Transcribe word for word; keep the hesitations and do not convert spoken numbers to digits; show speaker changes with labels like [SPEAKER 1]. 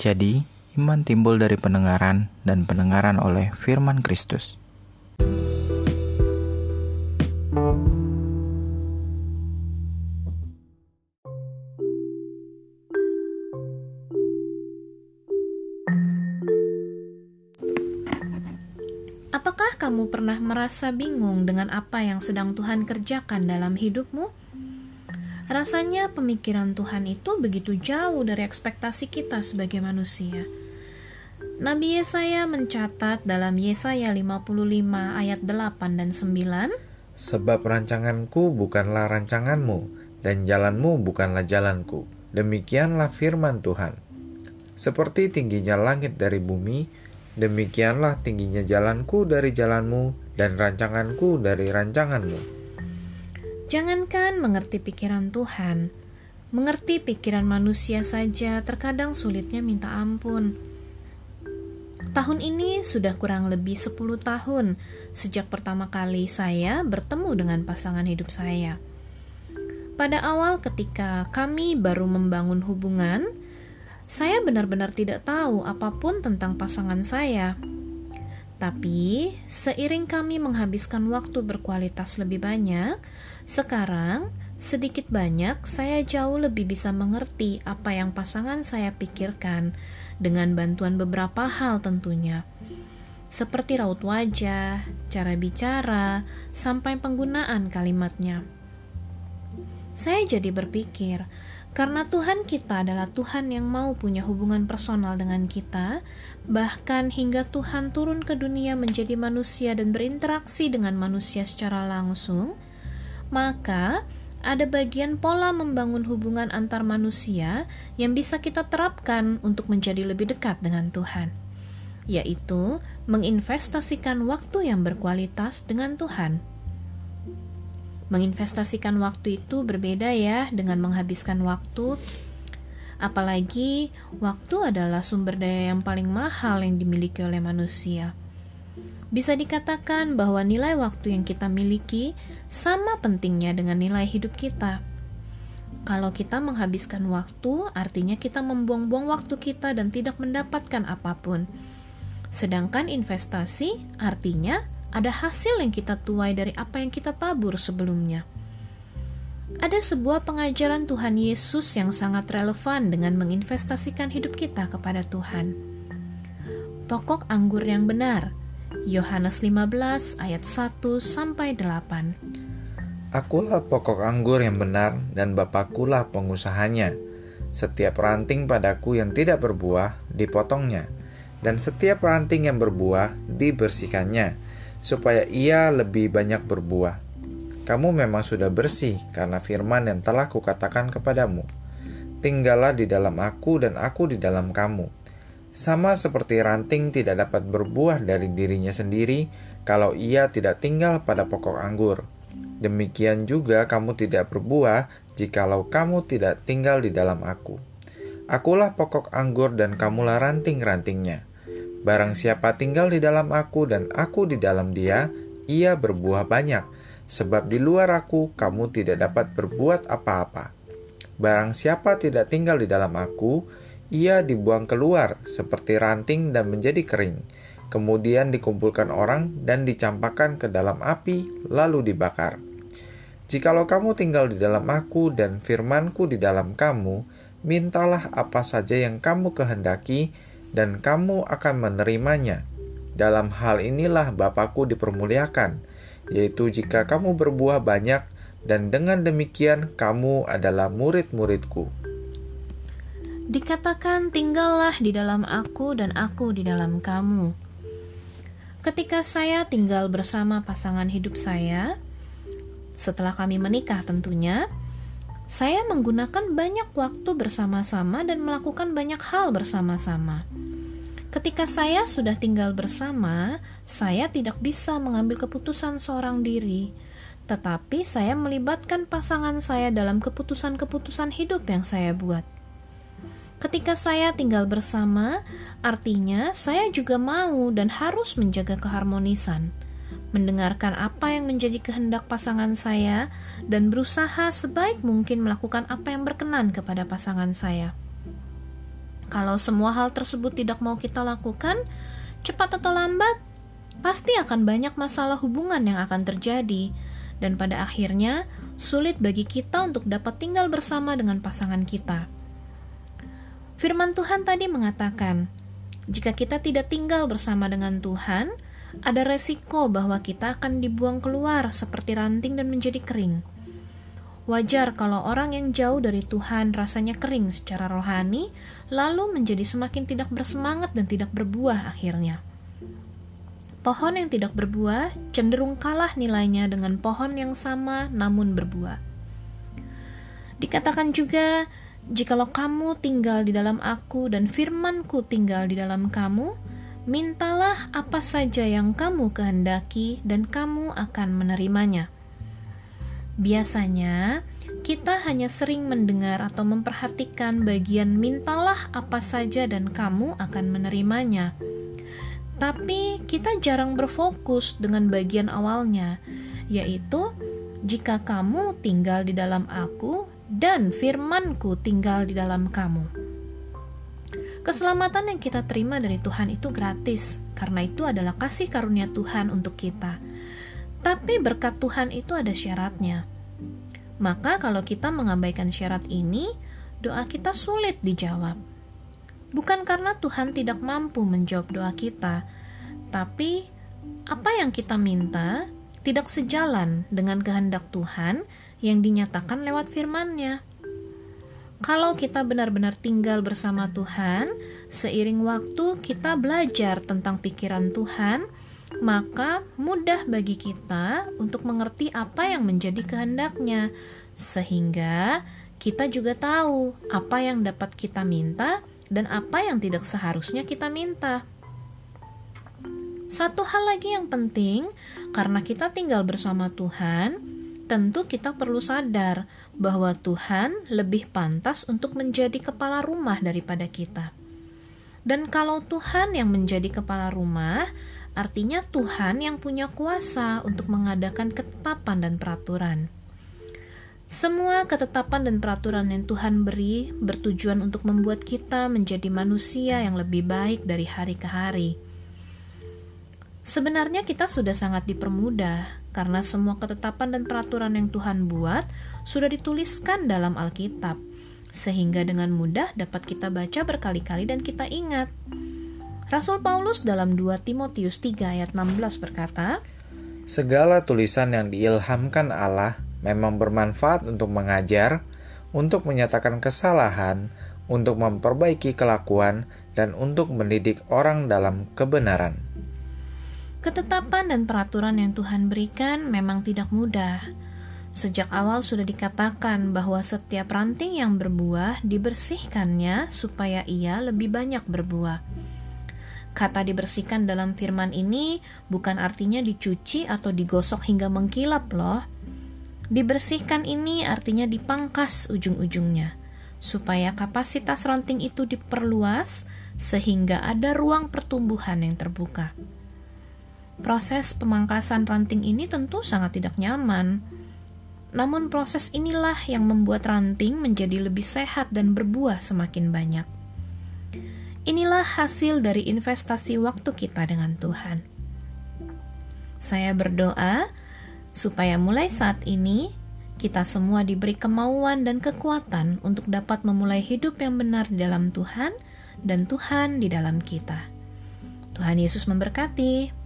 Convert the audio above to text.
[SPEAKER 1] Jadi, iman timbul dari pendengaran dan pendengaran oleh firman Kristus.
[SPEAKER 2] Apakah kamu pernah merasa bingung dengan apa yang sedang Tuhan kerjakan dalam hidupmu? Rasanya pemikiran Tuhan itu begitu jauh dari ekspektasi kita sebagai manusia. Nabi Yesaya mencatat dalam Yesaya lima puluh lima ayat delapan dan sembilan,
[SPEAKER 3] Sebab rancanganku bukanlah rancanganmu, dan jalanmu bukanlah jalanku. Demikianlah firman Tuhan. Seperti tingginya langit dari bumi, demikianlah tingginya jalanku dari jalanmu, dan rancanganku dari rancanganmu.
[SPEAKER 2] Jangankan mengerti pikiran Tuhan, mengerti pikiran manusia saja terkadang sulitnya minta ampun. Tahun ini sudah kurang lebih sepuluh tahun sejak pertama kali saya bertemu dengan pasangan hidup saya. Pada awal ketika kami baru membangun hubungan, saya benar-benar tidak tahu apapun tentang pasangan saya. Tapi, seiring kami menghabiskan waktu berkualitas lebih banyak, sekarang sedikit banyak saya jauh lebih bisa mengerti apa yang pasangan saya pikirkan dengan bantuan beberapa hal tentunya. Seperti raut wajah, cara bicara, sampai penggunaan kalimatnya. Saya jadi berpikir, karena Tuhan kita adalah Tuhan yang mau punya hubungan personal dengan kita, bahkan hingga Tuhan turun ke dunia menjadi manusia dan berinteraksi dengan manusia secara langsung, maka ada bagian pola membangun hubungan antar manusia yang bisa kita terapkan untuk menjadi lebih dekat dengan Tuhan, yaitu menginvestasikan waktu yang berkualitas dengan Tuhan. Menginvestasikan waktu itu berbeda ya dengan menghabiskan waktu. Apalagi waktu adalah sumber daya yang paling mahal yang dimiliki oleh manusia. Bisa dikatakan bahwa nilai waktu yang kita miliki sama pentingnya dengan nilai hidup kita. Kalau kita menghabiskan waktu, artinya kita membuang-buang waktu kita dan tidak mendapatkan apapun. Sedangkan investasi artinya ada hasil yang kita tuai dari apa yang kita tabur sebelumnya. Ada sebuah pengajaran Tuhan Yesus yang sangat relevan dengan menginvestasikan hidup kita kepada Tuhan. Pokok anggur yang benar, Yohanes lima belas ayat satu sampai delapan.
[SPEAKER 3] Akulah pokok anggur yang benar, dan Bapakulah pengusahanya. Setiap ranting padaku yang tidak berbuah, dipotongnya, dan setiap ranting yang berbuah, dibersihkannya, supaya ia lebih banyak berbuah. Kamu memang sudah bersih karena firman yang telah kukatakan kepadamu. Tinggallah di dalam aku dan aku di dalam kamu. Sama seperti ranting tidak dapat berbuah dari dirinya sendiri kalau ia tidak tinggal pada pokok anggur. Demikian juga kamu tidak berbuah jikalau kamu tidak tinggal di dalam aku. Akulah pokok anggur dan kamulah ranting-rantingnya. Barang siapa tinggal di dalam aku dan aku di dalam dia, ia berbuah banyak, sebab di luar aku kamu tidak dapat berbuat apa-apa. Barang siapa tidak tinggal di dalam aku, ia dibuang keluar seperti ranting dan menjadi kering, kemudian dikumpulkan orang dan dicampakkan ke dalam api, lalu dibakar. Jikalau kamu tinggal di dalam aku dan firmanku di dalam kamu, mintalah apa saja yang kamu kehendaki, dan kamu akan menerimanya. Dalam hal inilah Bapakku dipermuliakan, yaitu jika kamu berbuah banyak, dan dengan demikian kamu adalah murid-muridku.
[SPEAKER 2] Dikatakan tinggallah di dalam aku dan aku di dalam kamu. Ketika saya tinggal bersama pasangan hidup saya, setelah kami menikah tentunya, saya menggunakan banyak waktu bersama-sama dan melakukan banyak hal bersama-sama. Ketika saya sudah tinggal bersama, saya tidak bisa mengambil keputusan seorang diri, tetapi saya melibatkan pasangan saya dalam keputusan-keputusan hidup yang saya buat. Ketika saya tinggal bersama, artinya saya juga mau dan harus menjaga keharmonisan, mendengarkan apa yang menjadi kehendak pasangan saya, dan berusaha sebaik mungkin melakukan apa yang berkenan kepada pasangan saya. Kalau semua hal tersebut tidak mau kita lakukan, cepat atau lambat, pasti akan banyak masalah hubungan yang akan terjadi, dan pada akhirnya sulit bagi kita untuk dapat tinggal bersama dengan pasangan kita. Firman Tuhan tadi mengatakan, jika kita tidak tinggal bersama dengan Tuhan, ada resiko bahwa kita akan dibuang keluar seperti ranting dan menjadi kering. Wajar kalau orang yang jauh dari Tuhan rasanya kering secara rohani, lalu menjadi semakin tidak bersemangat dan tidak berbuah akhirnya. Pohon yang tidak berbuah cenderung kalah nilainya dengan pohon yang sama namun berbuah. Dikatakan juga, jikalau kamu tinggal di dalam aku dan firman-Ku tinggal di dalam kamu, mintalah apa saja yang kamu kehendaki dan kamu akan menerimanya. Biasanya, kita hanya sering mendengar atau memperhatikan bagian mintalah apa saja dan kamu akan menerimanya. Tapi kita jarang berfokus dengan bagian awalnya, yaitu jika kamu tinggal di dalam aku dan firman-Ku tinggal di dalam kamu. Keselamatan yang kita terima dari Tuhan itu gratis, karena itu adalah kasih karunia Tuhan untuk kita. Tapi berkat Tuhan itu ada syaratnya. Maka kalau kita mengabaikan syarat ini, doa kita sulit dijawab. Bukan karena Tuhan tidak mampu menjawab doa kita, tapi apa yang kita minta tidak sejalan dengan kehendak Tuhan yang dinyatakan lewat firman-Nya. Kalau kita benar-benar tinggal bersama Tuhan, seiring waktu kita belajar tentang pikiran Tuhan, maka mudah bagi kita untuk mengerti apa yang menjadi kehendak-Nya, sehingga kita juga tahu apa yang dapat kita minta dan apa yang tidak seharusnya kita minta. Satu hal lagi yang penting, karena kita tinggal bersama Tuhan, tentu kita perlu sadar bahwa Tuhan lebih pantas untuk menjadi kepala rumah daripada kita. Dan kalau Tuhan yang menjadi kepala rumah, artinya Tuhan yang punya kuasa untuk mengadakan ketetapan dan peraturan. Semua ketetapan dan peraturan yang Tuhan beri bertujuan untuk membuat kita menjadi manusia yang lebih baik dari hari ke hari. Sebenarnya kita sudah sangat dipermudah, karena semua ketetapan dan peraturan yang Tuhan buat sudah dituliskan dalam Alkitab, sehingga dengan mudah dapat kita baca berkali-kali dan kita ingat. Rasul Paulus dalam dua Timotius tiga ayat enam belas berkata,
[SPEAKER 3] segala tulisan yang diilhamkan Allah memang bermanfaat untuk mengajar, untuk menyatakan kesalahan, untuk memperbaiki kelakuan, dan untuk mendidik orang dalam kebenaran.
[SPEAKER 2] Ketetapan dan peraturan yang Tuhan berikan memang tidak mudah. Sejak awal sudah dikatakan bahwa setiap ranting yang berbuah dibersihkannya supaya ia lebih banyak berbuah. Kata dibersihkan dalam firman ini bukan artinya dicuci atau digosok hingga mengkilap loh. Dibersihkan ini artinya dipangkas ujung-ujungnya, supaya kapasitas ranting itu diperluas sehingga ada ruang pertumbuhan yang terbuka. Proses pemangkasan ranting ini tentu sangat tidak nyaman. Namun proses inilah yang membuat ranting menjadi lebih sehat dan berbuah semakin banyak. Inilah hasil dari investasi waktu kita dengan Tuhan. Saya berdoa supaya mulai saat ini kita semua diberi kemauan dan kekuatan untuk dapat memulai hidup yang benar di dalam Tuhan dan Tuhan di dalam kita. Tuhan Yesus memberkati.